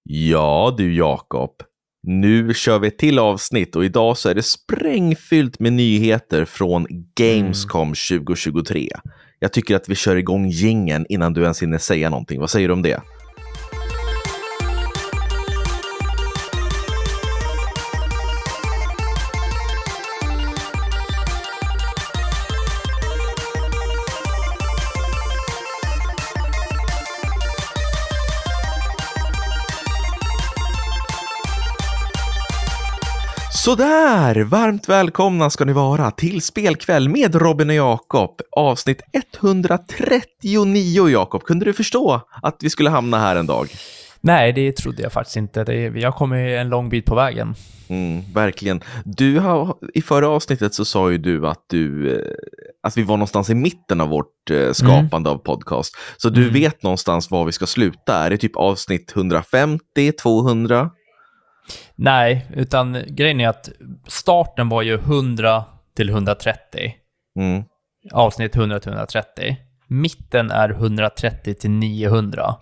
Ja du Jakob, nu kör vi ett till avsnitt och idag så är det sprängfyllt med nyheter från Gamescom 2023. Jag tycker att vi kör igång jingeln innan du ens hinner säga någonting. Vad säger du om det? Sådär, varmt välkomna ska ni vara till Spelkväll med Robin och Jakob. Avsnitt 139, Jakob. Kunde du förstå att vi skulle hamna här en dag? Nej, det trodde jag faktiskt inte. Vi har kommit en lång bit på vägen. Verkligen. I förra avsnittet så sa ju du att vi var någonstans i mitten av vårt skapande av podcast. Så du vet någonstans var vi ska sluta. Är det typ avsnitt 150, 200? Nej, utan grejen är att starten var ju 100 till 130. Avsnitt 100 till 130. Mitten är 130 till 900.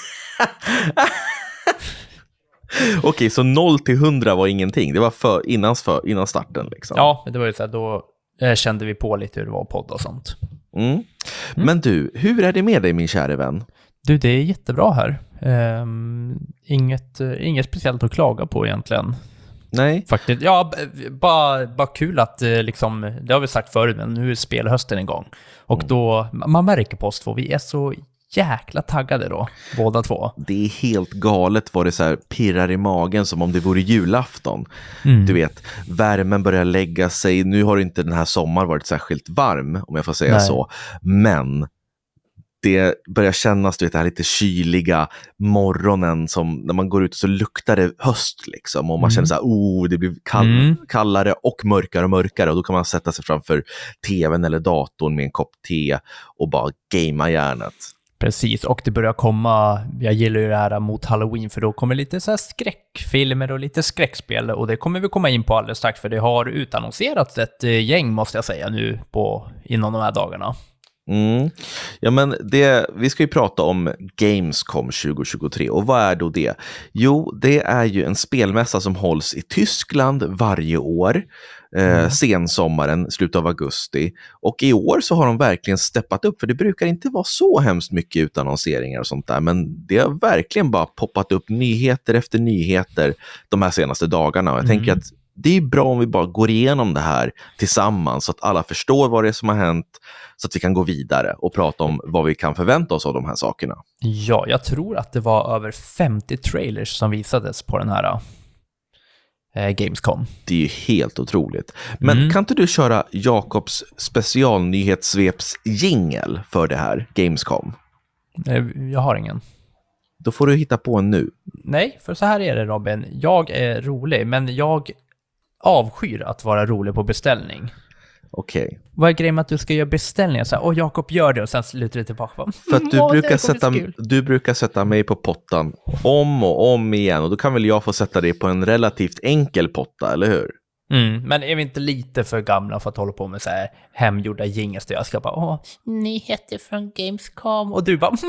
Okej, så 0 till 100 var ingenting. Det var innan starten liksom. Ja, det var ju så här, då kände vi på lite hur det var podd och sånt. Men du, hur är det med dig min kära vän? Du, det är jättebra här. Inget speciellt att klaga på egentligen. Nej. Faktiskt, ja, bara kul att liksom, det har vi sagt förut, men nu är spelhösten igång. Och då, man märker på oss två, vi är så jäkla taggade då, båda två. Det är helt galet vad det så här pirrar i magen som om det vore julafton. Du vet, värmen börjar lägga sig. Nu har inte den här sommaren varit särskilt varm, om jag får säga så. Men det börjar kännas, du vet, det här lite kyliga morgonen som när man går ut så luktar det höst liksom. Och man känner så här, det blir kallare och mörkare. Och då kan man sätta sig framför tvn eller datorn med en kopp te och bara gamea hjärnet. Precis, och det börjar komma, jag gillar ju det här mot Halloween, för då kommer lite så här skräckfilmer och lite skräckspel, och det kommer vi komma in på alldeles strax, för det har utannonserats ett gäng, måste jag säga, nu inom de här dagarna. Ja, men vi ska ju prata om Gamescom 2023, och vad är då det? Jo, det är ju en spelmässa som hålls i Tyskland varje år, sensommaren, slutet av augusti, och i år så har de verkligen steppat upp, för det brukar inte vara så hemskt mycket utannonseringar och sånt där, men det har verkligen bara poppat upp nyheter efter nyheter de här senaste dagarna, och jag tänker att det är bra om vi bara går igenom det här tillsammans så att alla förstår vad det är som har hänt, så att vi kan gå vidare och prata om vad vi kan förvänta oss av de här sakerna. Ja, jag tror att det var över 50 trailers som visades på den här Gamescom. Det är ju helt otroligt. Men kan inte du köra Jakobs specialnyhetssveps jingle för det här Gamescom? Jag har ingen. Då får du hitta på en nu. Nej, för så här är det, Robin. Jag är rolig, men jag avskyr att vara rolig på beställning. Okej. Vad är grejen med att du ska göra beställningar? Så här, Jakob gör det, och sen slutar du tillbaka. För att du brukar sätta mig på pottan om och om igen. Och då kan väl jag få sätta dig på en relativt enkel potta, eller hur? Men är vi inte lite för gamla för att hålla på med så här hemgjorda jingles där jag ska bara, nyheter från Gamescom. Och du bara,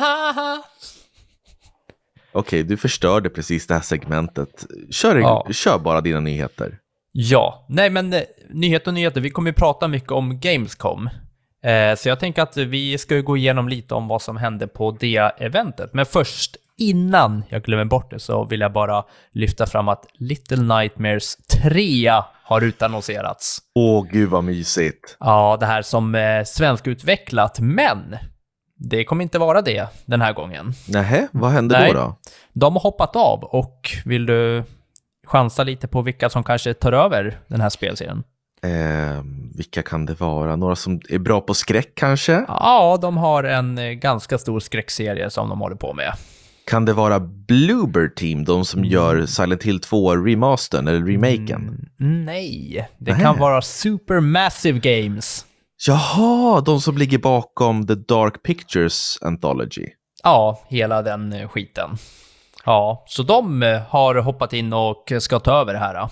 Okej, du förstörde precis det här segmentet. Kör bara dina nyheter. Ja, nej men nyheter. Vi kommer ju prata mycket om Gamescom. Så jag tänker att vi ska gå igenom lite om vad som hände på det eventet. Men först, innan jag glömmer bort det, så vill jag bara lyfta fram att Little Nightmares 3 har utannonserats. Åh, gud vad mysigt. Ja, det här som svenskutvecklat, men det kommer inte vara det den här gången. Nähä, vad hände då? De har hoppat av, och vill du chansa lite på vilka som kanske tar över den här spelserien? Vilka kan det vara? Några som är bra på skräck kanske? Ja, de har en ganska stor skräckserie som de håller på med. Kan det vara Bloober Team, de som gör Silent Hill 2 remastern eller remaken? Nej, det kan vara Supermassive Games. Jaha, de som ligger bakom The Dark Pictures Anthology. Ja, hela den skiten. Ja, så de har hoppat in och ska ta över det här.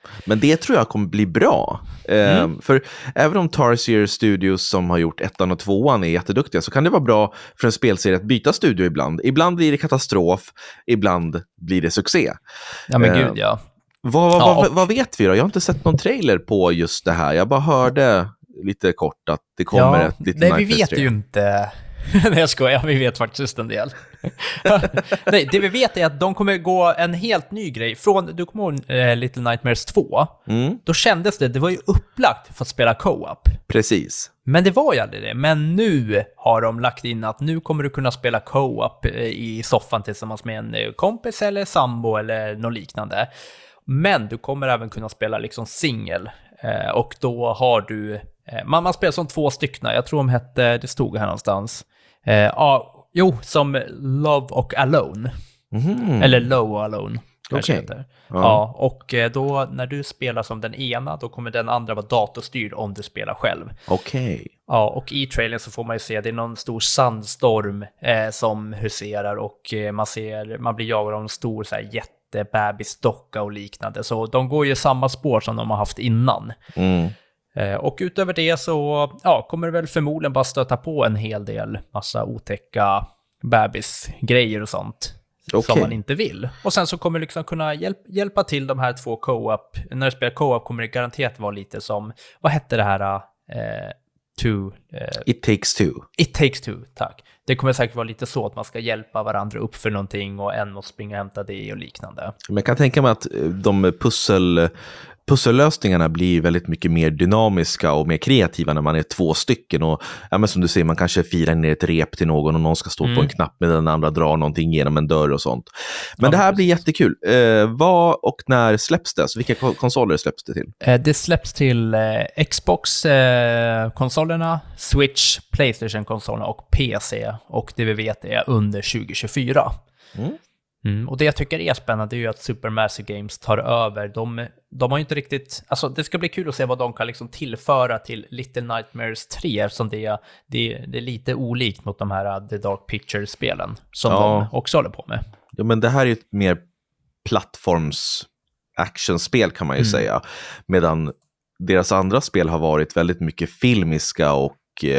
Men det tror jag kommer bli bra. För även om Tarsier Studios som har gjort 1 och 2 är jätteduktiga, så kan det vara bra för en spelserie att byta studio ibland. Ibland blir det katastrof, ibland blir det succé. Ja, men gud, ja. Vad vet vi då? Jag har inte sett någon trailer på just det här. Jag bara hörde lite kort att det kommer ett litet nej, vi vet ju inte. Nej, jag skojar. Vi vet faktiskt en del. Nej, det vi vet är att de kommer gå en helt ny grej. Du kommer ihåg Little Nightmares 2? Då kändes det var ju upplagt för att spela co-op. Precis. Men det var ju aldrig det. Men nu har de lagt in att nu kommer du kunna spela co-op i soffan tillsammans med en kompis eller sambo eller något liknande. Men du kommer även kunna spela liksom singel. Och då har du... Man spelar som 2 stycken. Jag tror de hette... Det stod här någonstans. Som Love och Alone. Eller Low och Alone. Okej. Ja, och då när du spelar som den ena, då kommer den andra vara datorstyrd om du spelar själv. Okej. Ja, och i trailern så får man ju se det är någon stor sandstorm som huserar och man blir jagad av en stor så här jättebebisdocka och liknande. Så de går ju samma spår som de har haft innan. Och utöver det så kommer det väl förmodligen bara stöta på en hel del massa otäcka bebisgrejer och sånt. Som man inte vill. Och sen så kommer det liksom kunna hjälpa till de här 2 co-op. När du spelar co-op kommer det garanterat vara lite som, vad hette det här? It Takes Two. It Takes Two, tack. Det kommer säkert vara lite så att man ska hjälpa varandra upp för någonting och en måste springa och hämta det och liknande. Men jag kan tänka mig att de pussellösningarna blir väldigt mycket mer dynamiska och mer kreativa när man är 2 stycken. Och men som du säger, man kanske firar ner ett rep till någon och någon ska stå på en knapp med den andra drar någonting genom en dörr och sånt. Men det här blir jättekul. Vad och när släpps det? Så vilka konsoler släpps det till? Det släpps till Xbox-konsolerna, Switch, PlayStation-konsolerna och PC. Och det vi vet är under 2024. Och det jag tycker är spännande är ju att Supermassive Games tar över. De har ju inte riktigt... Alltså det ska bli kul att se vad de kan liksom tillföra till Little Nightmares 3 som det är lite olikt mot de här The Dark Pictures-spelen som de också håller på med. Ja, men det här är ju ett mer plattforms actionspel kan man ju säga. Medan deras andra spel har varit väldigt mycket filmiska och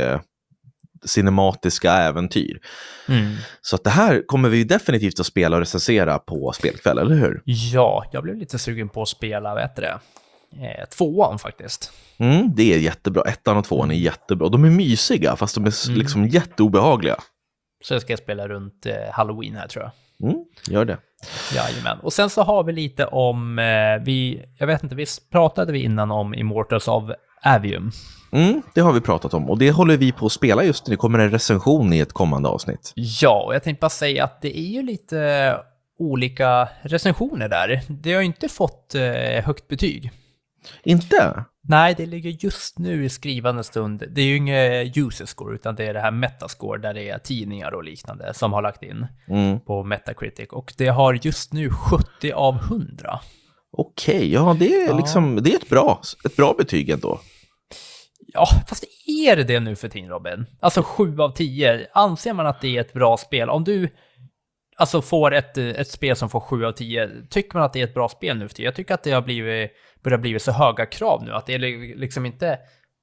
cinematiska äventyr. Så att det här kommer vi definitivt att spela och recensera på spelkväll, eller hur? Ja, jag blev lite sugen på att spela, vet du det? 2:an faktiskt. Det är jättebra. 1 och 2 är jättebra. De är mysiga, fast de är liksom jätteobehagliga. Så jag ska spela runt Halloween här, tror jag. Gör det. Jajamän. Och sen så har vi lite om, jag vet inte, visst pratade vi innan om Immortals of Aveum? Det har vi pratat om och det håller vi på att spela just nu. Det kommer en recension i ett kommande avsnitt. Ja, och jag tänkte bara säga att det är ju lite olika recensioner där. Det har ju inte fått högt betyg. Inte? Nej, det ligger just nu i skrivande stund. Det är ju inget user score utan det är det här metascore där det är tidningar och liknande som har lagt in på Metacritic. Och det har just nu 70 av 100. Okej, ja det är liksom det är ett bra betyg ändå. Ja, fast är det nu för tiden, Robin? Alltså 7 av 10. Anser man att det är ett bra spel? Om du alltså får ett spel som får 7 av 10, tycker man att det är ett bra spel nu för tiden? Jag tycker att det har börjat bli så höga krav nu att det är liksom inte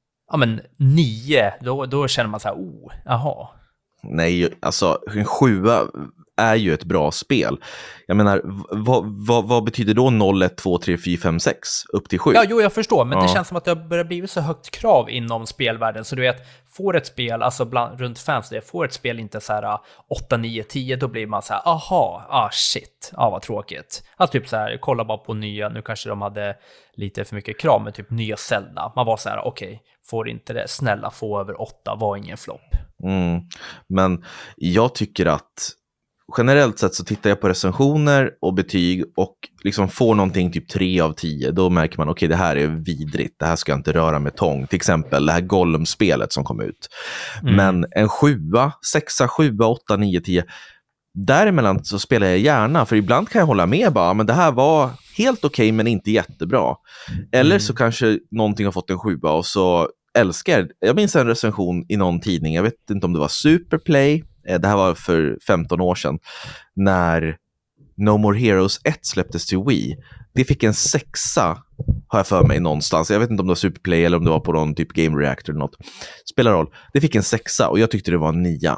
9, då känner man så här, jaha. Nej, alltså en 7 är ju ett bra spel. Jag menar, vad betyder då 0, 1, 2, 3, 4, 5, 6 upp till 7? Ja, jo, jag förstår, men det känns som att det har börjat bli så högt krav inom spelvärlden, så du vet, får ett spel, alltså runt fans, får ett spel inte så här 8, 9, 10, då blir man så här, shit, vad tråkigt. Alltså typ så här, kolla bara på nya, nu kanske de hade lite för mycket krav med typ nya Zelda. Man var så här, okej, får inte det, snälla, få över 8, var ingen flopp. Men jag tycker att generellt sett så tittar jag på recensioner och betyg och liksom får någonting typ 3 av 10, då märker man okej, det här är vidrigt, det här ska jag inte röra med tång. Till exempel det här Gollum-spelet som kom ut. Men en 7, 6, 7, 8, 9, 10, däremellan så spelar jag gärna, för ibland kan jag hålla med bara, men det här var helt okej men inte jättebra. Eller så kanske någonting har fått en 7 och så älskar jag minns en recension i någon tidning, jag vet inte om det var Superplay, det här var för 15 år sedan när No More Heroes 1 släpptes till Wii. Det fick en 6 har jag för mig någonstans. Jag vet inte om det var Superplay eller om det var på någon typ Game Reactor eller något. Spelar roll. Det fick en 6 och jag tyckte det var en 9.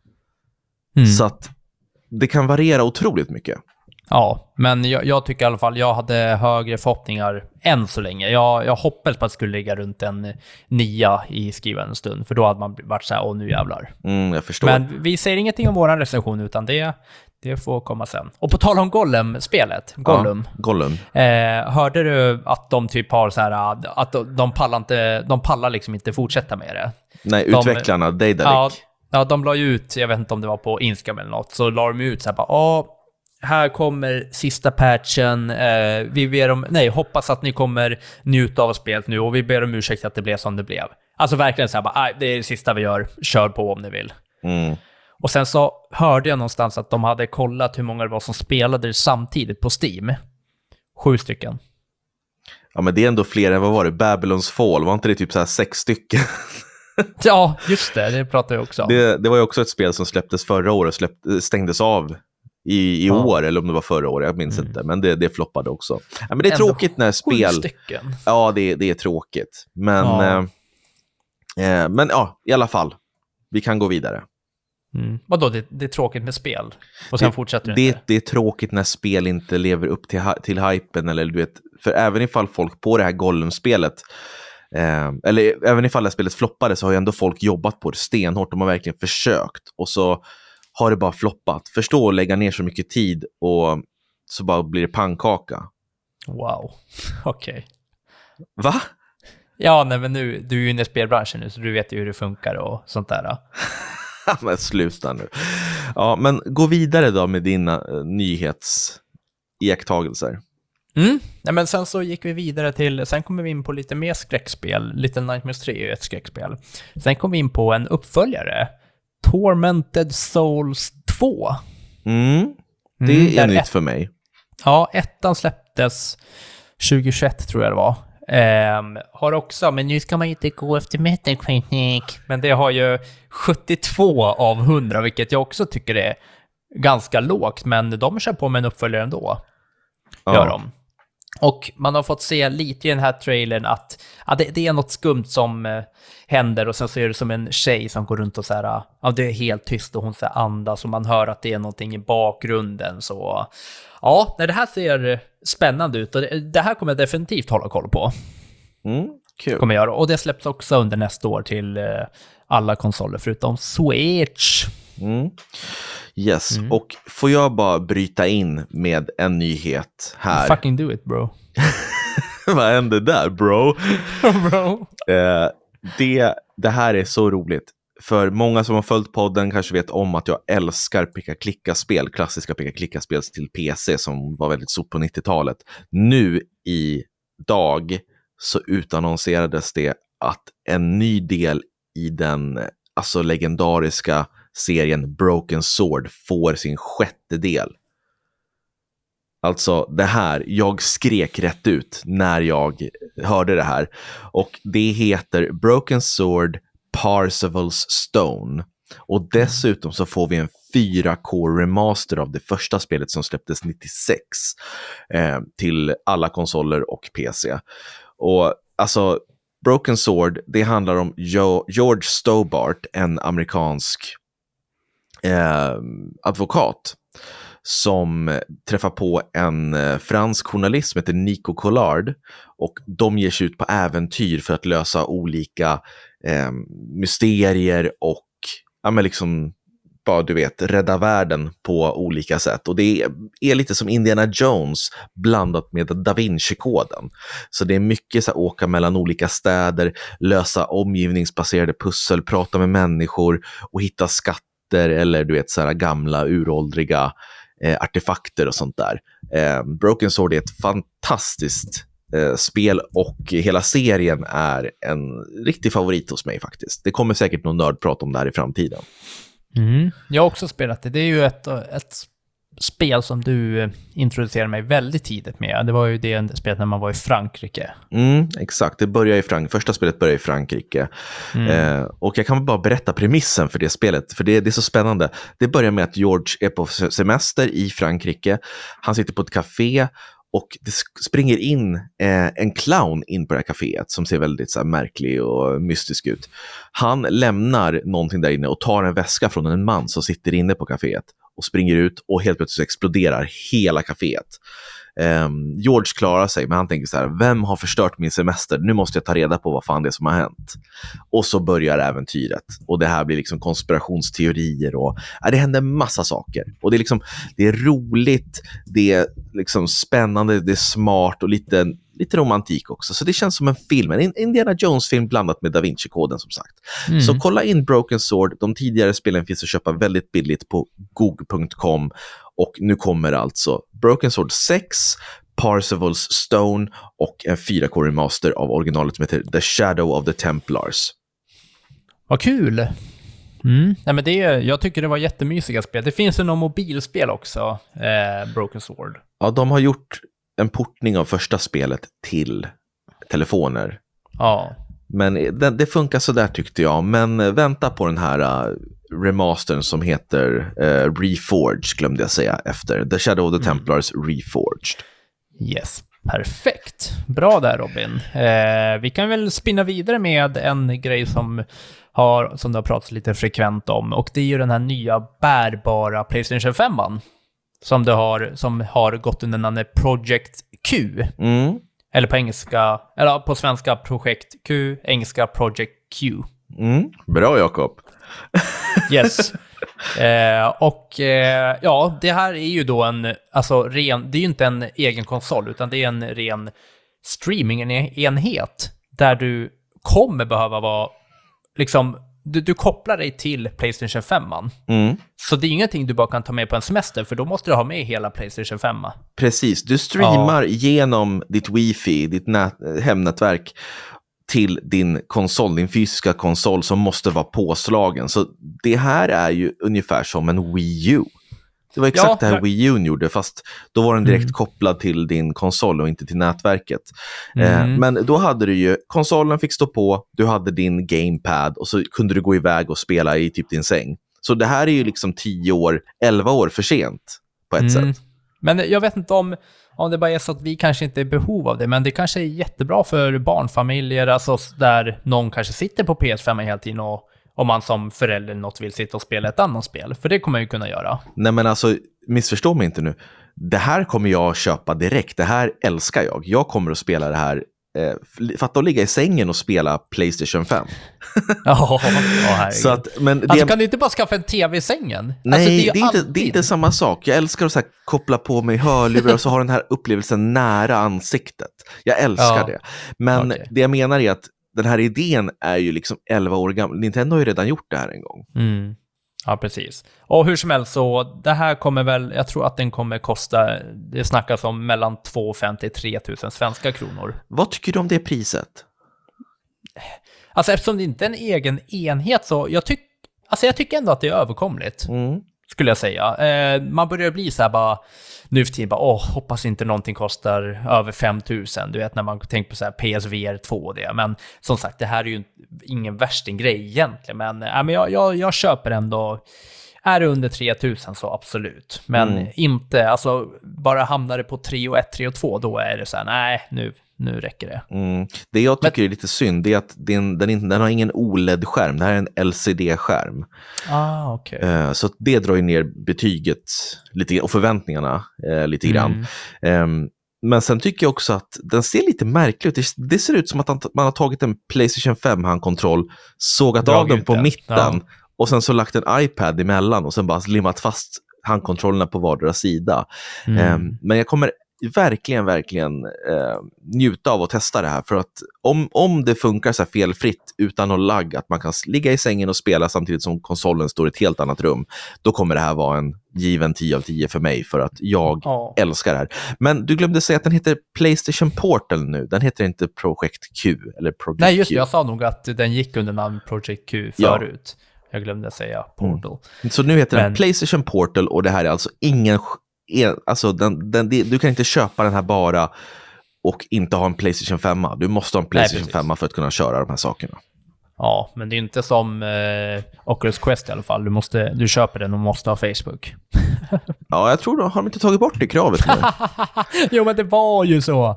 Så att det kan variera otroligt mycket. Ja, men jag tycker i alla fall jag hade högre förhoppningar än så länge. Jag hoppades på att det skulle ligga runt en 9 i skrivande stund, för då hade man varit så här, nu jävlar. Jag förstår. Men vi säger ingenting om våran recension, utan det får komma sen. Och på tal om Gollum-spelet, Gollum. Ja, Gollum. Hörde du att de typ har så här, att de pallar liksom inte fortsätta med det? Nej, utvecklarna, Daedalic. Ja, de la ju ut, jag vet inte om det var på Instagram eller något, så la de ut så här bara, här kommer sista patchen, vi ber om, hoppas att ni kommer njuta av spelet nu, och vi ber om ursäkt att det blev som det blev. Alltså verkligen så här bara, det är det sista vi gör, kör på om ni vill. Och sen så hörde jag någonstans att de hade kollat hur många det var som spelade det samtidigt på Steam. 7 stycken. Ja, men det är ändå fler än vad var det? Babylons Fall, var inte det typ så här 6 stycken? Ja, just det pratar jag också om. Det var ju också ett spel som släpptes förra året och stängdes av i år, eller om det var förra året, jag minns inte, men det floppade också. Ja, men det är tråkigt när spel... 7 stycken. Ja, det är tråkigt. Men men ja, i alla fall. Vi kan gå vidare. Vadå, det är tråkigt med spel? Och sen fortsätter det inte? Det är tråkigt när spel inte lever upp till hypen, eller du vet, för även ifall folk på det här Gollum-spelet eller även ifall det här spelet floppade, så har ju ändå folk jobbat på det stenhårt. De har verkligen försökt, och så har det bara floppat. Förstå att lägga ner så mycket tid och så bara blir det pannkaka. Wow, okej. Va? Ja, nej, men nu, du är ju inne i spelbranschen nu, så du vet ju hur det funkar och sånt där. Men sluta nu. Ja, men gå vidare då med dina nyhetsiakttagelser. Nej, men sen så gick vi vidare till, sen kommer vi in på lite mer skräckspel. Little Nightmares 3 är ju ett skräckspel. Sen kom vi in på en uppföljare, Tormented Souls 2. Det är nytt för mig. Ja, ettan släpptes 2021 tror jag det var. Har också, men nu ska man inte gå efter Metacritic. Men det har ju 72 av 100, vilket jag också tycker är ganska lågt. Men de kör på med en uppföljare ändå. Gör de. Och man har fått se lite i den här trailern att det är något skumt som händer, och sen så är det som en tjej som går runt och så här, det är helt tyst och hon så här andas och man hör att det är någonting i bakgrunden. Så ja, det här ser spännande ut, och det här kommer jag definitivt hålla koll på. Kul. Kommer jag göra. Och det släpps också under nästa år till alla konsoler förutom Switch. Yes, och får jag bara bryta in med en nyhet här. Fucking do it, bro. Vad hände där, bro? Bro. Det här är så roligt. För många som har följt podden kanske vet om att jag älskar peka-klicka-spel, klassiska peka-klicka-spel till PC som var väldigt stort på 90-talet. Nu idag så utannonserades det att en ny del i den alltså legendariska serien Broken Sword får sin 6:e del. Alltså det här, jag skrek rätt ut när jag hörde det här. Och det heter Broken Sword Parzival's Stone. Och dessutom så får vi en 4K remaster av det första spelet som släpptes 96 till alla konsoler och PC. Och alltså Broken Sword, det handlar om George Stobart, en amerikansk advokat som träffar på en fransk journalist som heter Nico Collard, och de ger sig ut på äventyr för att lösa olika mysterier och men liksom bara, du vet, rädda världen på olika sätt. Och det är lite som Indiana Jones blandat med Da Vinci-koden. Så det är mycket så här, åka mellan olika städer, lösa omgivningsbaserade pussel, prata med människor och hitta skatter eller du vet så här gamla uråldriga artefakter och sånt där. Broken Sword är ett fantastiskt spel, och hela serien är en riktig favorit hos mig faktiskt. Det kommer säkert någon nörd prata om det här i framtiden. Jag har också spelat det. Det är ju ett spel som du introducerade mig väldigt tidigt med. Det var ju det spelet när man var i Frankrike. Exakt, det börjar i första spelet börjar i Frankrike. Och jag kan bara berätta premissen för det spelet, för det är så spännande. Det börjar med att George är på semester i Frankrike. Han sitter på ett café och det springer in en clown in på det här kaféet som ser väldigt så här märklig och mystisk ut. Han lämnar någonting där inne och tar en väska från en man som sitter inne på kaféet och springer ut och helt plötsligt exploderar hela kaféet. George klarar sig, men han tänker så här: vem har förstört min semester? Nu måste jag ta reda på vad fan det är som har hänt. Och så börjar äventyret. Och det här blir liksom konspirationsteorier och det händer massa saker. Och det är liksom, det är roligt, det är liksom spännande, det är smart och lite romantik också. Så det känns som en film, en Indiana Jones-film blandat med Da Vinci-koden som sagt. Så kolla in Broken Sword. De tidigare spelen finns att köpa väldigt billigt på GOG.com. Och nu kommer alltså Broken Sword 6, Parzival's Stone och en 4K remaster av originalet som heter The Shadow of the Templars. Vad kul! Nej, men jag tycker det var jättemysiga spel. Det finns ju någon mobilspel också, Broken Sword. Ja, de har gjort en portning av första spelet till telefoner. Ja. Men det funkar så där tyckte jag. Men vänta på den här remastern som heter Reforged, glömde jag säga, efter The Shadow of the Templars Reforged. Yes, perfekt. Bra där, Robin. Vi kan väl spinna vidare med en grej som det har pratats lite frekvent om, och det är ju den här nya bärbara PlayStation 5-an som har gått under namnet Project Q. Eller på engelska, eller på svenska Project Q, engelska Project Q. Bra, Jakob. Yes. Ja, det här är ju då det är ju inte en egen konsol, utan det är en ren streamingenhet där du kommer behöva vara liksom, du kopplar dig till PlayStation 5-an. Så det är ingenting du bara kan ta med på en semester, för då måste du ha med hela PlayStation 5. Precis, du streamar genom ditt wifi, ditt hemnätverk till din konsol, din fysiska konsol som måste vara påslagen. Så det här är ju ungefär som en Wii U. Det var exakt det här Wii U gjorde, fast då var den direkt kopplad till din konsol och inte till nätverket. Men då hade du ju, konsolen fick stå på, du hade din gamepad och så kunde du gå iväg och spela i typ din säng. Så det här är ju liksom 11 år för sent på ett sätt. Men jag vet inte om det bara är så att vi kanske inte är i behov av det, men det kanske är jättebra för barnfamiljer, alltså där någon kanske sitter på PS5 hela tiden och om man som förälder något vill sitta och spela ett annat spel, för det kommer man ju kunna göra. Nej, men alltså, missförstå mig inte nu. Det här kommer jag köpa direkt, det här älskar jag. Jag kommer att spela det här, fatta att ligga i sängen och spela PlayStation 5. Så att, men alltså, kan du inte bara skaffa en tv i sängen? Nej, alltså, det är inte samma sak. Jag älskar att så här, koppla på mig hörlurar och så har den här upplevelsen nära ansiktet. Jag älskar det. Men det jag menar är att den här idén är ju liksom 11 år gammal. Nintendo har ju redan gjort det här en gång. Ja, precis. Och hur som helst, så det här kommer väl, jag tror att den kommer kosta, det snackas om mellan 2 till 3 000 svenska kronor. Vad tycker du om det priset? Alltså eftersom det inte är en egen enhet, så jag tycker ändå att det är överkomligt. Skulle jag säga. Man börjar bli så här bara, nu för tiden bara, hoppas inte någonting kostar över 5 000. Du vet, när man tänker på så här PSVR 2 och det. Men som sagt, det här är ju ingen värsting-grej egentligen. Men jag köper ändå, är det under 3 000 så absolut. Men inte, alltså bara hamnar det på 3 och 1, 3 och 2, då är det så här, nej, nu räcker det. Det jag tycker är lite synd är att den har ingen OLED-skärm. Det här är en LCD-skärm. Okay. Så det drar ju ner betyget lite och förväntningarna lite grann. Men sen tycker jag också att den ser lite märklig ut. Det ser ut som att man har tagit en PlayStation 5-handkontroll, sågat av den på mitten och sen så lagt en iPad emellan och sen bara limmat fast handkontrollerna på vardera sida. Men jag kommer verkligen njuta av att testa det här, för att om det funkar så här felfritt utan någon lagg, att man kan ligga i sängen och spela samtidigt som konsolen står i ett helt annat rum, då kommer det här vara en given 10 av 10 för mig, för att jag älskar det här. Men du glömde säga att den heter PlayStation Portal nu, den heter inte Project Q eller Project Nej, just Q. Jag sa nog att den gick under namn Project Q förut. Jag glömde säga Portal. Så nu heter den PlayStation Portal, och det här är alltså alltså du kan inte köpa den här bara och inte ha en PlayStation 5. Du måste ha en PlayStation 5 för att kunna köra de här sakerna. Ja, men det är inte som Oculus Quest i alla fall. Du köper den och måste ha Facebook. Ja, jag tror har de inte tagit bort det kravet nu. Jo, men det var ju så.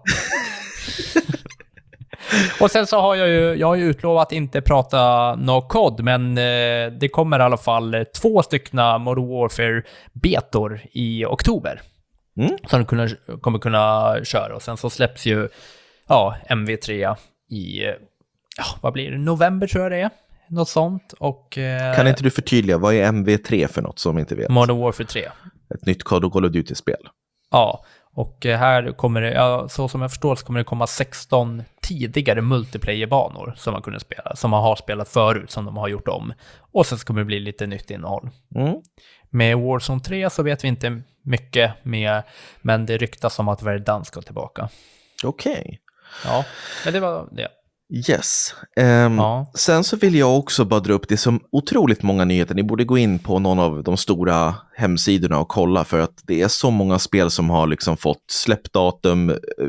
Och sen så har jag har ju utlovat att inte prata no-cod, men det kommer i alla fall 2 styckna Modern Warfare-betor i oktober. Som du kommer kunna köra. Och sen så släpps ju MV3 i, vad blir det? November tror jag det är. Något sånt. Och, kan inte du förtydliga, vad är MV3 för något som inte vet? Modern Warfare 3. Ett nytt Call of Duty-spel. Ja, och här kommer det, så som jag förstår så kommer det komma 16 tidigare multiplayer-banor som man kunde spela, som man har spelat förut, som de har gjort om. Och sen så kommer det bli lite nytt innehåll. Med Warzone 3 så vet vi inte mycket mer, men det ryktas om att Verdansk ska tillbaka. Okej. Ja, men det var det. Yes. Sen så vill jag också bara dra upp det som otroligt många nyheter. Ni borde gå in på någon av de stora hemsidorna och kolla, för att det är så många spel som har liksom fått släppdatum,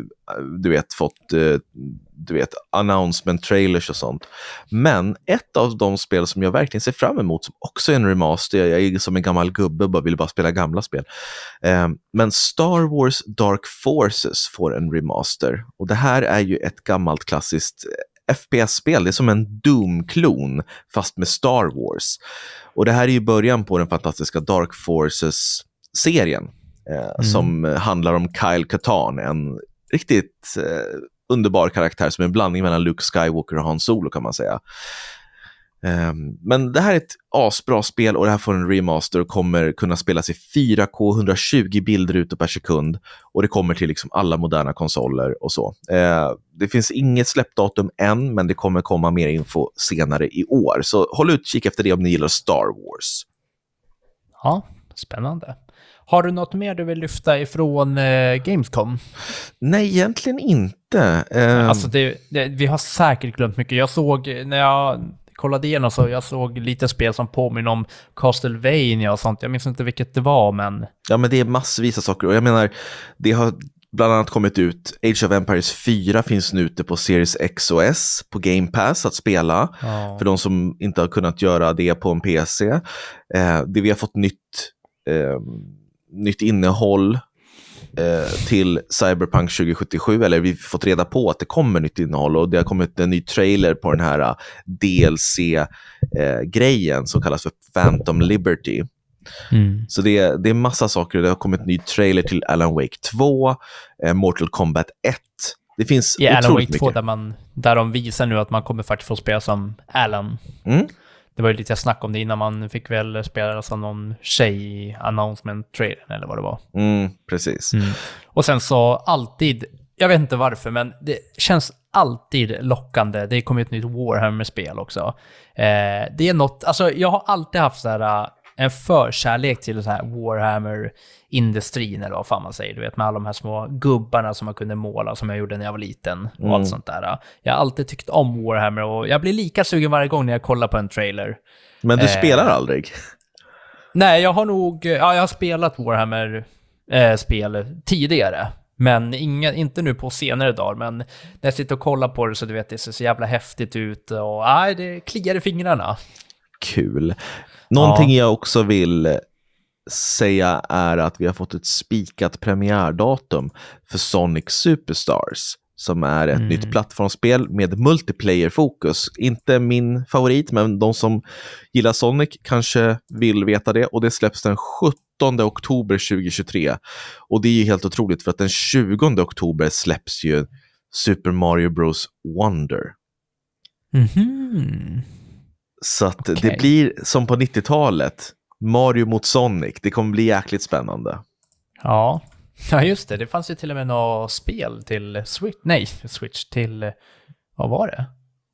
announcement trailers och sånt. Men ett av de spel som jag verkligen ser fram emot, som också är en remaster, jag är som en gammal gubbe och vill bara spela gamla spel. Men Star Wars Dark Forces får en remaster, och det här är ju ett gammalt klassiskt FPS-spel. Det är som en Doom-klon fast med Star Wars. Och det här är ju början på den fantastiska Dark Forces-serien som handlar om Kyle Katarn, en riktigt underbar karaktär som är en blandning mellan Luke Skywalker och Han Solo, kan man säga. Men det här är ett asbra spel, och det här får en remaster och kommer kunna spelas i 4K 120 bilder ute per sekund, och det kommer till liksom alla moderna konsoler och så. Det finns inget släppdatum än, men det kommer komma mer info senare i år, så håll utkik efter det om ni gillar Star Wars. Ja, spännande. Har du något mer du vill lyfta ifrån Gamescom? Nej, egentligen inte. Alltså vi har säkert glömt mycket. Jag såg, när jag kollade igenom, så jag såg lite spel som påminner om Castlevania och sånt. Jag minns inte vilket det var, men... Ja, men det är massvis av saker. Och jag menar, det har bland annat kommit ut, Age of Empires 4 finns nu ute på Series X och S på Game Pass att spela. För de som inte har kunnat göra det på en PC. Det vi har fått nytt innehåll till Cyberpunk 2077, eller vi har fått reda på att det kommer nytt innehåll, och det har kommit en ny trailer på den här DLC-grejen som kallas för Phantom Liberty. Så det är massa saker. Det har kommit en ny trailer till Alan Wake 2, Mortal Kombat 1. Det finns Alan Wake 2 mycket. där de visar nu att man kommer faktiskt få spela som Alan. Det var ju lite snack om det innan, man fick väl spela som någon tjej announcement-trailern eller vad det var. Precis. Och sen så alltid, jag vet inte varför, men det känns alltid lockande. Det kommer ett nytt Warhammer-spel också. Det är något, alltså jag har alltid haft så här en förkärlek till så här Warhammer-industrin, eller vad fan man säger, du vet, med alla de här små gubbarna som man kunde måla, som jag gjorde när jag var liten och allt sånt där. Jag har alltid tyckt om Warhammer, och jag blir lika sugen varje gång när jag kollar på en trailer. Men du spelar aldrig? Nej, jag har spelat Warhammer-spel tidigare, men inte nu på senare dagar. Men när jag sitter och kollar på det, så du vet, det ser så jävla häftigt ut, och det kliar i fingrarna. Kul. Någonting jag också vill säga är att vi har fått ett spikat premiärdatum för Sonic Superstars, som är ett nytt plattformsspel med multiplayer-fokus. Inte min favorit, men de som gillar Sonic kanske vill veta det. Och det släpps den 17 oktober 2023. Och det är ju helt otroligt, för att den 20 oktober släpps ju Super Mario Bros. Wonder. Så att det blir som på 90-talet, Mario mot Sonic. Det kommer bli jäkligt spännande. Ja, just det. Det fanns ju till och med något spel till Switch till, vad var det?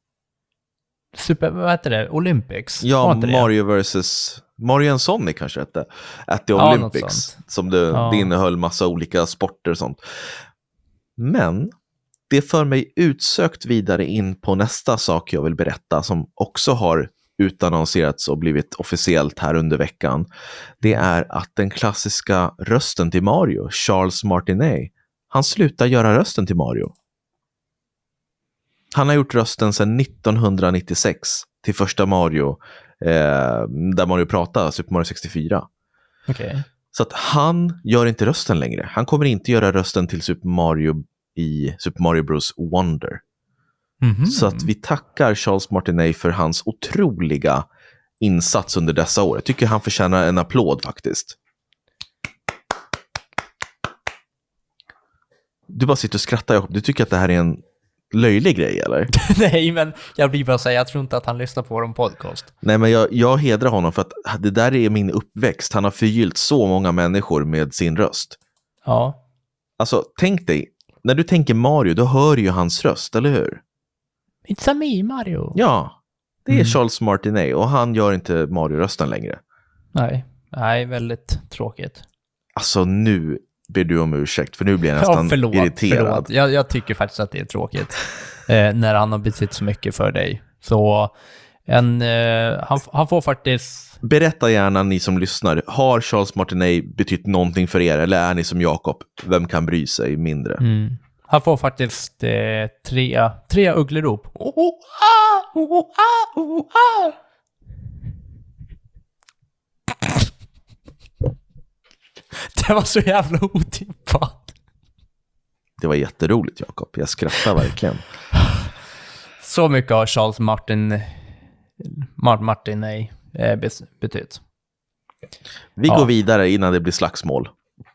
Vad heter det? Olympics? Ja, Mario versus Mario and Sonic kanske hette. At the Olympics. Som det innehöll massa olika sporter och sånt. Men det för mig utsökt vidare in på nästa sak jag vill berätta, som också har utannonserats och blivit officiellt här under veckan. Det är att den klassiska rösten till Mario, Charles Martinet, han slutar göra rösten till Mario. Han har gjort rösten sedan 1996 till första Mario, där Mario pratar, Super Mario 64. Okej. Så att han gör inte rösten längre. Han kommer inte göra rösten till Super Mario i Super Mario Bros. Wonder. Så att vi tackar Charles Martinet för hans otroliga insats under dessa år. Jag tycker han förtjänar en applåd faktiskt. Du bara sitter och skrattar, Jakob. Du tycker att det här är en löjlig grej, eller? Nej, men jag blir bara säga, jag tror inte att han lyssnar på vår podcast. Nej, men jag hedrar honom för att det där är min uppväxt. Han har förgyllt så många människor med sin röst. Ja. Alltså, tänk dig, när du tänker Mario, då hör ju hans röst, eller hur? It's a me, Mario. Ja, det är Charles Martinet och han gör inte Mario-rösten längre. Nej, väldigt tråkigt. Alltså, nu ber du om ursäkt, för nu blir jag nästan irriterad. Förlåt. Jag tycker faktiskt att det är tråkigt när han har betytt så mycket för dig. Så han får faktiskt... Berätta gärna, ni som lyssnar, har Charles Martinet betytt någonting för er, eller är ni som Jakob? Vem kan bry sig mindre? Han får faktiskt tre ugglerop. Det var så jävla otippat. Det var jätteroligt, Jakob. Jag skrattar verkligen. Så mycket har Charles Martinet betytt. Vi går vidare innan det blir slagsmål.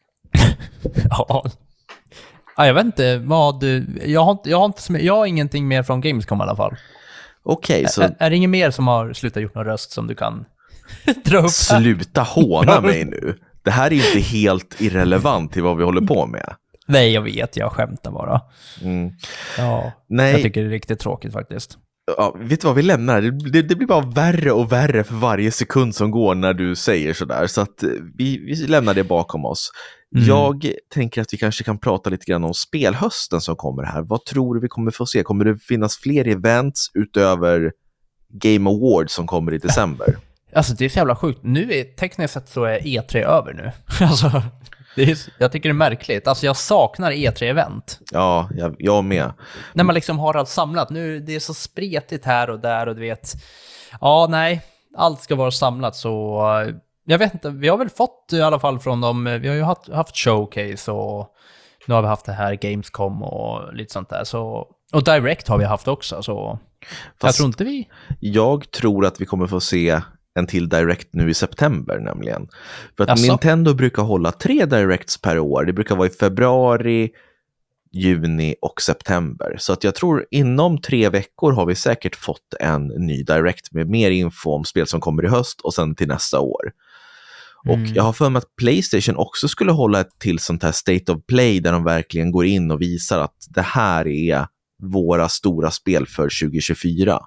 Ja. Jag vet inte vad jag har ingenting mer från Gamescom i alla fall. Okej, så... Är det ingen mer som har slutat gjort någon röst som du kan dra upp? Sluta håna mig nu. Det här är inte helt irrelevant till vad vi håller på med. Nej, jag vet. Jag skämtar bara. Ja, nej. Jag tycker det är riktigt tråkigt faktiskt. Ja, vet du vad, vi lämnar det blir bara värre och värre för varje sekund som går när du säger sådär. Så att vi lämnar det bakom oss. Jag tänker att vi kanske kan prata lite grann om spelhösten som kommer här. Vad tror du vi kommer få se? Kommer det finnas fler events utöver Game Awards som kommer i december? Alltså det är så jävla sjukt. Nu är tekniskt sett så är E3 över nu. Alltså, jag tycker det är märkligt. Alltså jag saknar E3-event. Ja, jag med. När man liksom har allt samlat. Nu det är så spretigt här och där och du vet. Ja, nej. Allt ska vara samlat så... Jag vet inte, vi har väl fått i alla fall från dem. Vi har ju haft showcase och nu har vi haft det här Gamescom och lite sånt där. Så, och Direct har vi haft också. Så jag tror inte vi... Jag tror att vi kommer få se en till Direct nu i september nämligen. För att Nintendo brukar hålla 3 Directs per år. Det brukar vara i februari, juni och september. Så att jag tror inom 3 veckor har vi säkert fått en ny Direct med mer info om spel som kommer i höst och sen till nästa år. Och jag har för mig att PlayStation också skulle hålla ett till sånt här State of Play där de verkligen går in och visar att det här är våra stora spel för 2024.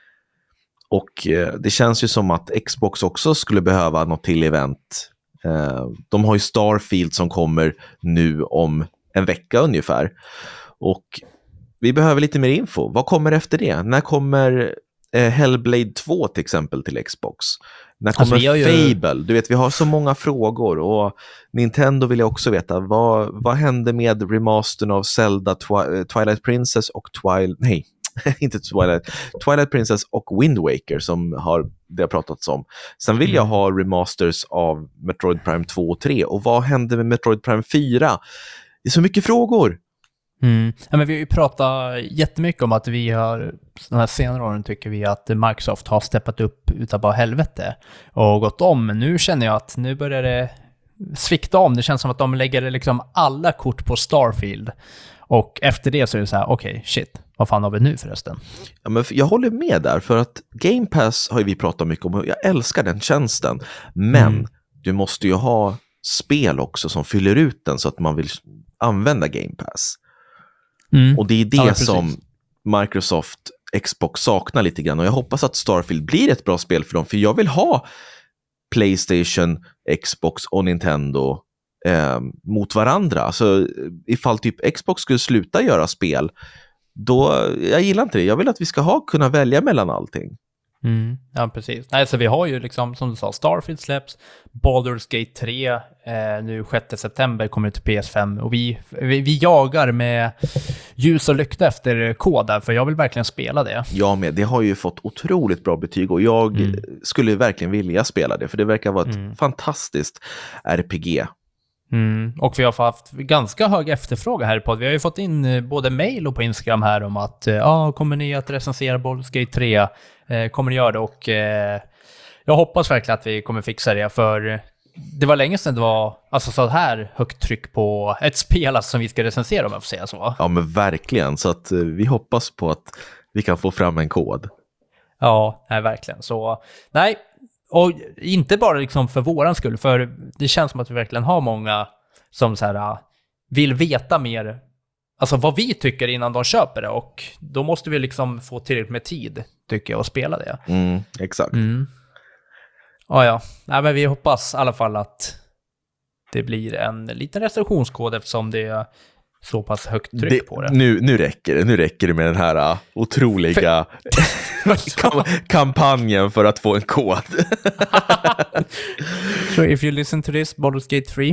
Och det känns ju som att Xbox också skulle behöva något till event. De har ju Starfield som kommer nu om en vecka ungefär. Och vi behöver lite mer info. Vad kommer efter det? När kommer Hellblade 2 till exempel till Xbox? När kommer Fable? Du vet, vi har så många frågor. Och Nintendo vill jag också veta. Vad hände med remastern av Zelda, Twilight Princess och Twilight Princess och Wind Waker som det har pratats om. Sen vill jag ha remasters av Metroid Prime 2 och 3. Och vad hände med Metroid Prime 4? Det är så mycket frågor. Ja, men vi har ju pratat jättemycket om att vi har, de här senare åren tycker vi att Microsoft har steppat upp utav bara helvete och gått om. Men nu känner jag att nu börjar det svikta om. Det känns som att de lägger liksom alla kort på Starfield. Och efter det så är det så här, okej, shit, vad fan har vi nu förresten? Ja, men jag håller med där, för att Game Pass har ju vi pratat mycket om och jag älskar den tjänsten. Men du måste ju ha spel också som fyller ut den så att man vill använda Game Pass. Och det är det som Microsoft Xbox saknar lite grann. Och jag hoppas att Starfield blir ett bra spel för dem. För jag vill ha PlayStation, Xbox och Nintendo mot varandra. Alltså ifall typ Xbox skulle sluta göra spel, då, jag gillar inte det. Jag vill att vi ska kunna välja mellan allting. Ja, precis. Nej, så vi har ju liksom, som du sa, Starfield släpps, Baldur's Gate 3 nu 6 september kommer det till PS5 och vi jagar med ljus och lykta efter kod där, för jag vill verkligen spela det. Jag med, det har ju fått otroligt bra betyg och jag skulle verkligen vilja spela det, för det verkar vara ett fantastiskt RPG. Och vi har haft ganska hög efterfrågan här på. Vi har ju fått in både mail och på Instagram här om att kommer ni att recensera Baldur's Gate 3? Kommer ni göra det? Och jag hoppas verkligen att vi kommer fixa det, för det var länge sedan det var alltså så här högt tryck på ett spel som vi ska recensera, om jag får säga så. Ja, men verkligen. Så att vi hoppas på att vi kan få fram en kod. Ja, nej, verkligen. Så nej, och inte bara liksom för våran skull, för det känns som att vi verkligen har många som så här vill veta mer, alltså vad vi tycker innan de köper det, och då måste vi liksom få tillräckligt med tid, tycker jag, att spela det. Exakt. Ja. Nej, men vi hoppas i alla fall att det blir en liten recensionskod, eftersom det är så pass högt tryck på det. Nu räcker det med den här otroliga kampanjen för att få en kod. So if you listen to this, Baldur's Gate 3.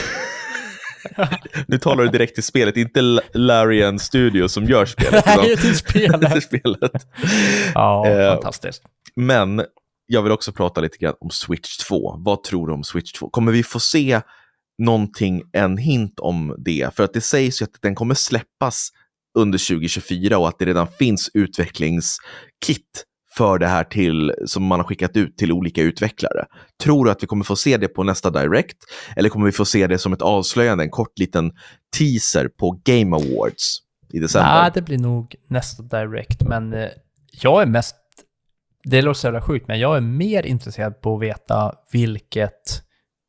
Nu talar du direkt till spelet, inte Larian Studio som gör spelet. Nej, till spelet. Ja, fantastiskt. Men jag vill också prata lite grann om Switch 2. Vad tror du om Switch 2? Kommer vi få se en hint om det? För att det sägs ju att den kommer släppas under 2024 och att det redan finns utvecklingskit för det här som man har skickat ut till olika utvecklare. Tror du att vi kommer få se det på nästa Direct? Eller kommer vi få se det som ett avslöjande, en kort liten teaser på Game Awards i december? Nej, det blir nog nästa Direct, men jag är mest, det låter så jävla sjukt, men jag är mer intresserad på att veta vilket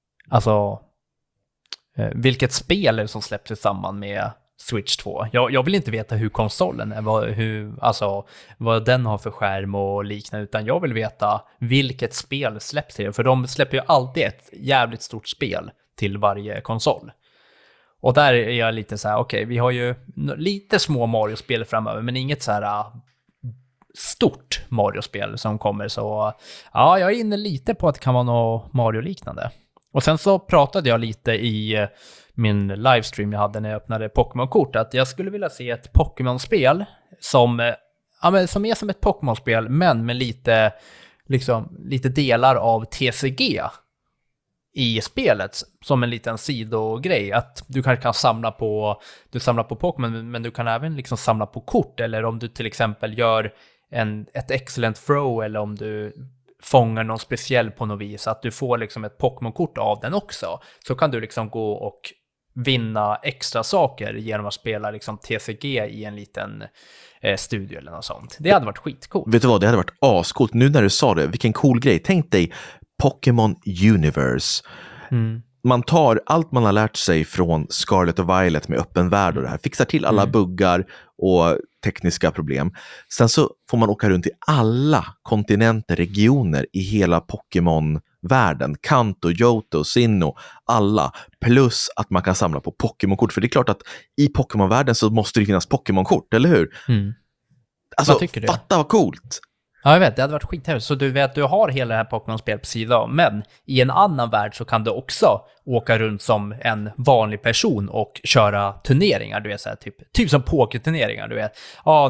spel är det som släpps i samband med Switch 2. Jag vill inte veta hur konsolen är, vad den har för skärm och liknande, utan jag vill veta vilket spel släpps till. För de släpper ju alltid ett jävligt stort spel till varje konsol. Och där är jag lite så här, okej, vi har ju lite små Mario-spel framöver, men inget så här stort Mario-spel som kommer. Så ja, jag är inne lite på att det kan vara något Mario-liknande. Och sen så pratade jag lite i min livestream jag hade när jag öppnade Pokémon-kort, att jag skulle vilja se ett Pokémon-spel som är som ett Pokémon-spel, men med lite delar av TCG i spelet, som en liten sidogrej. Att du kanske kan samla på Pokémon, men du kan även liksom samla på kort, eller om du till exempel gör ett excellent throw, eller om du fångar någon speciell på något vis, att du får liksom ett Pokémon-kort av den också, så kan du liksom gå och vinna extra saker genom att spela liksom TCG i en liten studio eller något sånt. Det hade varit skitcoolt. Vet du vad, det hade varit ascoolt. Nu när du sa det, vilken cool grej. Tänk dig Pokémon Universe. Man tar allt man har lärt sig från Scarlet och Violet med öppen värld och det här, fixar till alla buggar och tekniska problem. Sen så får man åka runt i alla kontinenter, regioner i hela Pokémon-världen. Kanto, Johto, Sinnoh, alla. Plus att man kan samla på Pokémon-kort. För det är klart att i Pokémon-världen så måste det finnas Pokémon-kort, eller hur? Alltså, fatta vad coolt! Ja, jag vet, det hade varit skithäftigt. Så du vet, du har hela det här Pokémon-spelet på sidan, men i en annan värld så kan du också åka runt som en vanlig person och köra turneringar, du vet, så här, typ som pokerturneringar, du vet.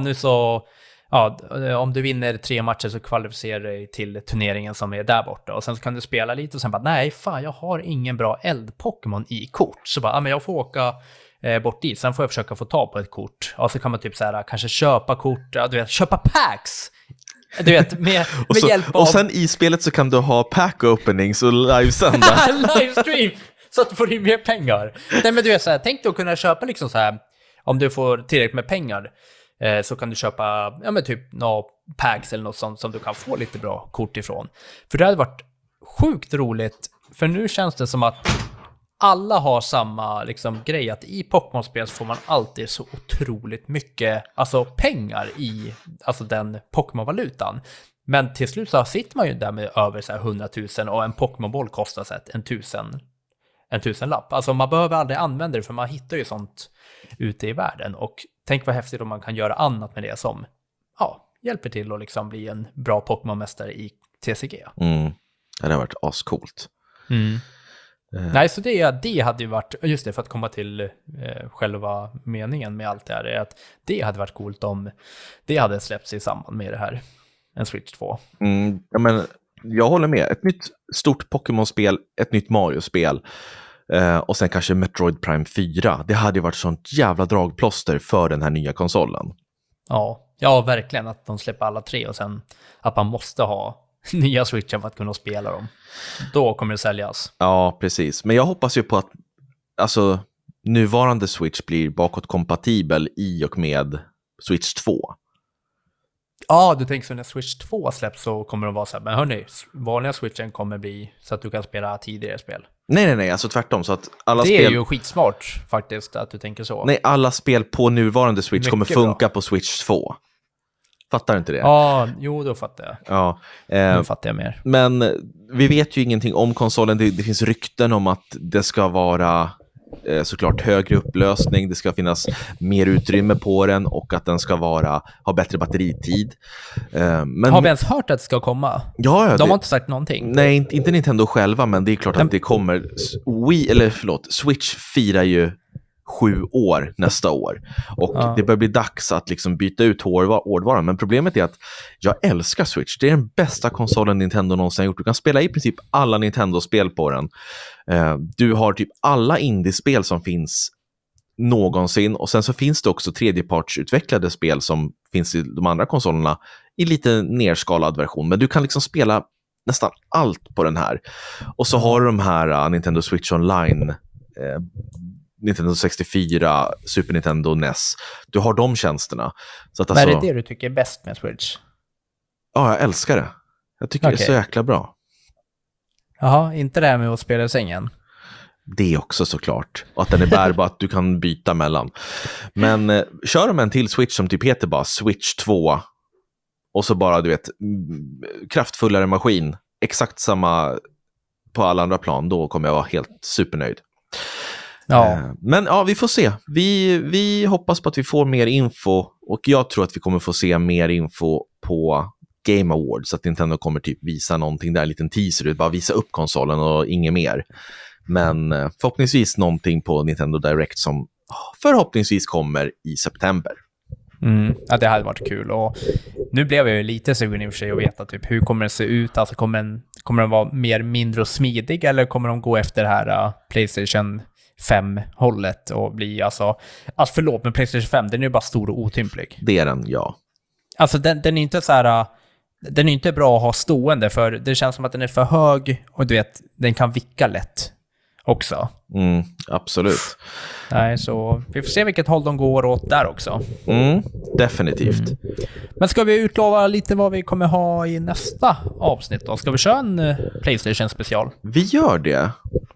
Om du vinner 3 matcher så kvalificerar du dig till turneringen som är där borta, och sen så kan du spela lite och sen bara, nej fan, jag har ingen bra eld-Pokémon i kort, så bara, men jag får åka bort dit, sen får jag försöka få ta på ett kort, och så kan man typ så här, kanske köpa kort, du vet, köpa packs. Du vet, med hjälp av... Och sen i spelet så kan du ha pack openings och livesända. Livestream! Så att du får in mer pengar. Nej, men du vet så här, tänk dig att kunna köpa liksom så här, om du får tillräckligt med pengar, så kan du köpa, typ några packs eller något sånt som du kan få lite bra kort ifrån. För det hade varit sjukt roligt, för nu känns det som att alla har samma liksom grej, att i Pokémon-spel får man alltid så otroligt mycket pengar i den Pokémon-valutan. Men till slut så sitter man ju där med över så här 100 000 och en Pokémon-boll kostar så här en tusenlapp. Alltså man behöver aldrig använda det, för man hittar ju sånt ute i världen. Och tänk vad häftigt om man kan göra annat med det som hjälper till att liksom bli en bra Pokémon-mästare i TCG. Det har varit ascoolt. Nej, så det hade ju varit, just det, för att komma till själva meningen med allt det här, är att det hade varit coolt om det hade släppts i samband med det här, en Switch 2. Ja, men jag håller med. Ett nytt stort Pokémon-spel, ett nytt Mario-spel och sen kanske Metroid Prime 4. Det hade ju varit sånt jävla dragplåster för den här nya konsolen. Ja, verkligen, att de släpper alla tre och sen att man måste ha nya Switchen för att kunna spela dem. Då kommer det säljas. Ja, precis. Men jag hoppas ju på att alltså, nuvarande Switch blir bakåtkompatibel i och med Switch 2. Ja, du tänker så när Switch 2 släpps så kommer de vara så här, men hörni, vanliga Switchen kommer bli så att du kan spela tidigare spel. Nej, alltså tvärtom. Så att alla det är ju skitsmart faktiskt att du tänker så. Nej, alla spel på nuvarande Switch Mycket kommer funka bra. på Switch 2. Fattar inte det? Ja, jo, då fattar jag. Ja, Nu fattar jag mer. men vi vet ju ingenting om konsolen. Det finns rykten om att det ska vara såklart högre upplösning, det ska finnas mer utrymme på den och att den ska ha bättre batteritid. Men har vi ens hört att det ska komma? Ja, de har inte sagt någonting. Nej, inte Nintendo själva, men det är klart att det kommer. Switch firar ju 7 år nästa år. Och det börjar bli dags att liksom byta ut hårdvaran. Men problemet är att jag älskar Switch. Det är den bästa konsolen Nintendo någonsin gjort. Du kan spela i princip alla Nintendo-spel på den. Du har typ alla indie-spel som finns någonsin. Och sen så finns det också tredjepartsutvecklade spel som finns i de andra konsolerna i lite nerskalad version. Men du kan liksom spela nästan allt på den här. Och så har du de här Nintendo Switch Online, Nintendo 64, Super Nintendo NES. Du har de tjänsterna. Så att alltså, vad är det du tycker är bäst med Switch? Ja, jag älskar det. Jag tycker det är så jäkla bra. Jaha, inte det här med att spela i sängen? Det är också såklart. Och att den är bärbar, att du kan byta mellan. Men kör de en till Switch som typ heter bara Switch 2 och så bara, du vet, kraftfullare maskin. Exakt samma på alla andra plan. Då kommer jag vara helt supernöjd. Ja. Men ja, vi får se. Vi hoppas på att vi får mer info och jag tror att vi kommer få se mer info på Game Awards, så att Nintendo kommer typ visa någonting där, en liten teaser, bara visa upp konsolen och inget mer. Men förhoppningsvis någonting på Nintendo Direct som förhoppningsvis kommer i september. Ja, det hade varit kul. Och nu blev jag ju lite sugen i och för sig att veta typ, hur kommer det se ut? Alltså kommer den vara mer mindre och smidig, eller kommer de gå efter det här PlayStation 5-hållet och bli alltså förlåt, men PlayStation 5, den är ju bara stor och otymplig. Det är den, ja. Alltså den är inte så här, den är inte bra att ha stående, för det känns som att den är för hög och du vet, den kan vicka lätt också. Absolut. Nej, så vi får se vilket håll de går åt där också. Definitivt. Men ska vi utlova lite vad vi kommer ha i nästa avsnitt då? Ska vi köra en PlayStation special? Vi gör det.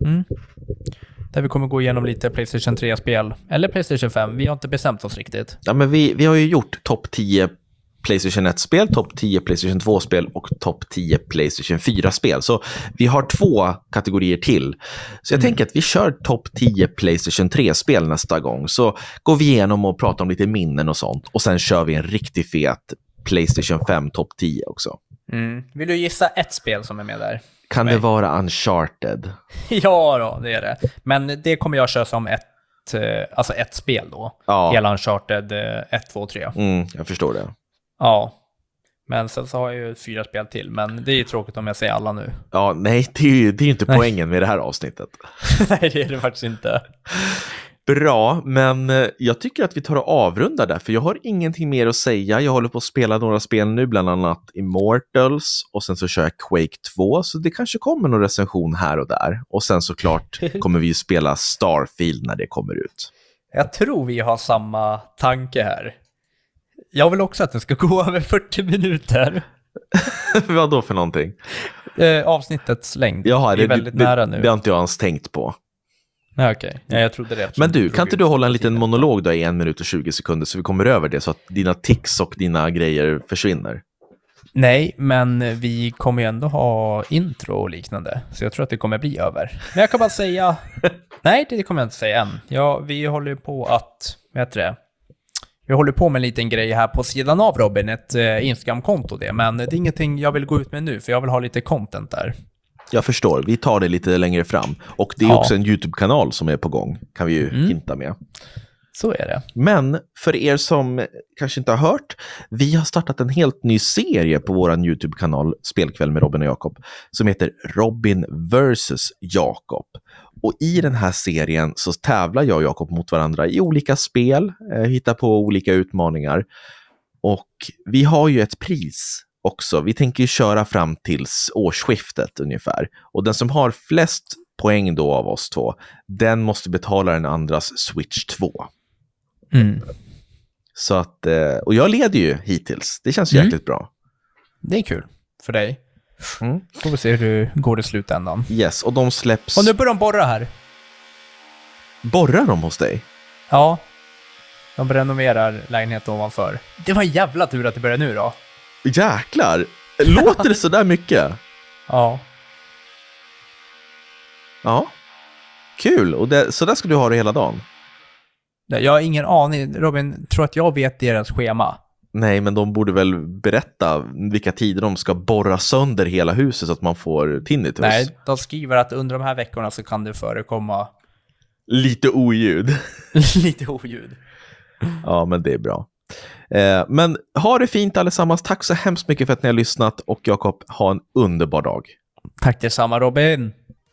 Där vi kommer gå igenom lite PlayStation 3-spel. Eller PlayStation 5, vi har inte bestämt oss riktigt. Ja, men vi har ju gjort topp 10 PlayStation 1-spel, topp 10 PlayStation 2-spel och topp 10 PlayStation 4-spel. Så vi har 2 kategorier till. Så jag tänker att vi kör topp 10 PlayStation 3-spel nästa gång. Så går vi igenom och pratar om lite minnen och sånt. Och sen kör vi en riktigt fet PlayStation 5 topp 10 också. Vill du gissa ett spel som är med där? Kan det vara Uncharted? Ja då, det är det. Men det kommer jag köra som ett spel då. Ja. Hela Uncharted 1, 2, 3. Jag förstår det. Ja. Men sen så har jag ju 4 spel till. Men det är ju tråkigt om jag säger alla nu. Ja, nej, det är ju inte poängen med det här avsnittet. Nej, det är det faktiskt inte. Bra, men jag tycker att vi tar och avrundar där, för jag har ingenting mer att säga. Jag håller på att spela några spel nu, bland annat Immortals, och sen så kör jag Quake 2, så det kanske kommer någon recension här och där. Och sen såklart kommer vi ju spela Starfield när det kommer ut. Jag tror vi har samma tanke här. Jag vill också att det ska gå över 40 minuter. Vad då för någonting? Avsnittets längd. Jaha, det är väldigt nära nu. Det har inte jag ens tänkt på. Nej, okej. Ja, jag trodde det. Men du, kan inte du hålla en liten monolog då i 1 minut och 20 sekunder så vi kommer över det, så att dina tics och dina grejer försvinner? Nej, men vi kommer ju ändå ha intro och liknande, så jag tror att det kommer bli över. Men jag kan bara säga... Nej, det kommer jag inte säga än. Ja, vi håller på att... Vad heter det? Vi håller på med en liten grej här på sidan av, Robin, ett Instagram-konto det. Men det är ingenting jag vill gå ut med nu, för jag vill ha lite content där. Jag förstår, vi tar det lite längre fram. Och det är också en YouTube-kanal som är på gång, kan vi ju hinta med. Så är det. Men för er som kanske inte har hört, vi har startat en helt ny serie på vår YouTube-kanal Spelkväll med Robin och Jakob som heter Robin vs. Jakob. Och i den här serien så tävlar jag och Jakob mot varandra i olika spel, hittar på olika utmaningar. Och vi har ju ett pris också. Vi tänker ju köra fram tills årsskiftet ungefär. Och den som har flest poäng då av oss två, den måste betala den andras Switch 2. Så att, och jag leder ju hittills. Det känns jäkligt bra. Det är kul för dig. Får vi se hur det går i slutändan. Yes, och de släpps... Och nu börjar de borra här. Borrar de hos dig? Ja. De renoverar lägenheten ovanför. Det var en jävla tur att det börjar nu då. Jäklar! Låter det så där mycket? Ja. Ja. Kul, och så där ska du ha det hela dagen. Jag har ingen aning. Robin, tror att jag vet deras schema? Nej, men de borde väl berätta vilka tider de ska borra sönder hela huset så att man får tinnitus. Nej, de skriver att under de här veckorna så kan det förekomma... Lite oljud. Lite oljud. Ja, men det är bra. Men ha det fint allesammans. Tack så hemskt mycket för att ni har lyssnat. Och Jakob, ha en underbar dag. Tack detsamma, Robin.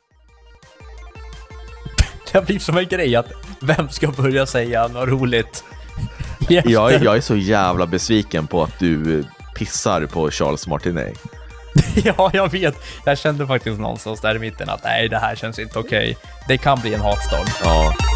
Det blir som en grej att vem ska börja säga något roligt? Jag är så jävla besviken på att du pissar på Charles Martinet. Ja, jag vet. Jag kände faktiskt någonstans där i mitten att nej, det här känns inte okej. Det kan bli en hatstorm. Ja.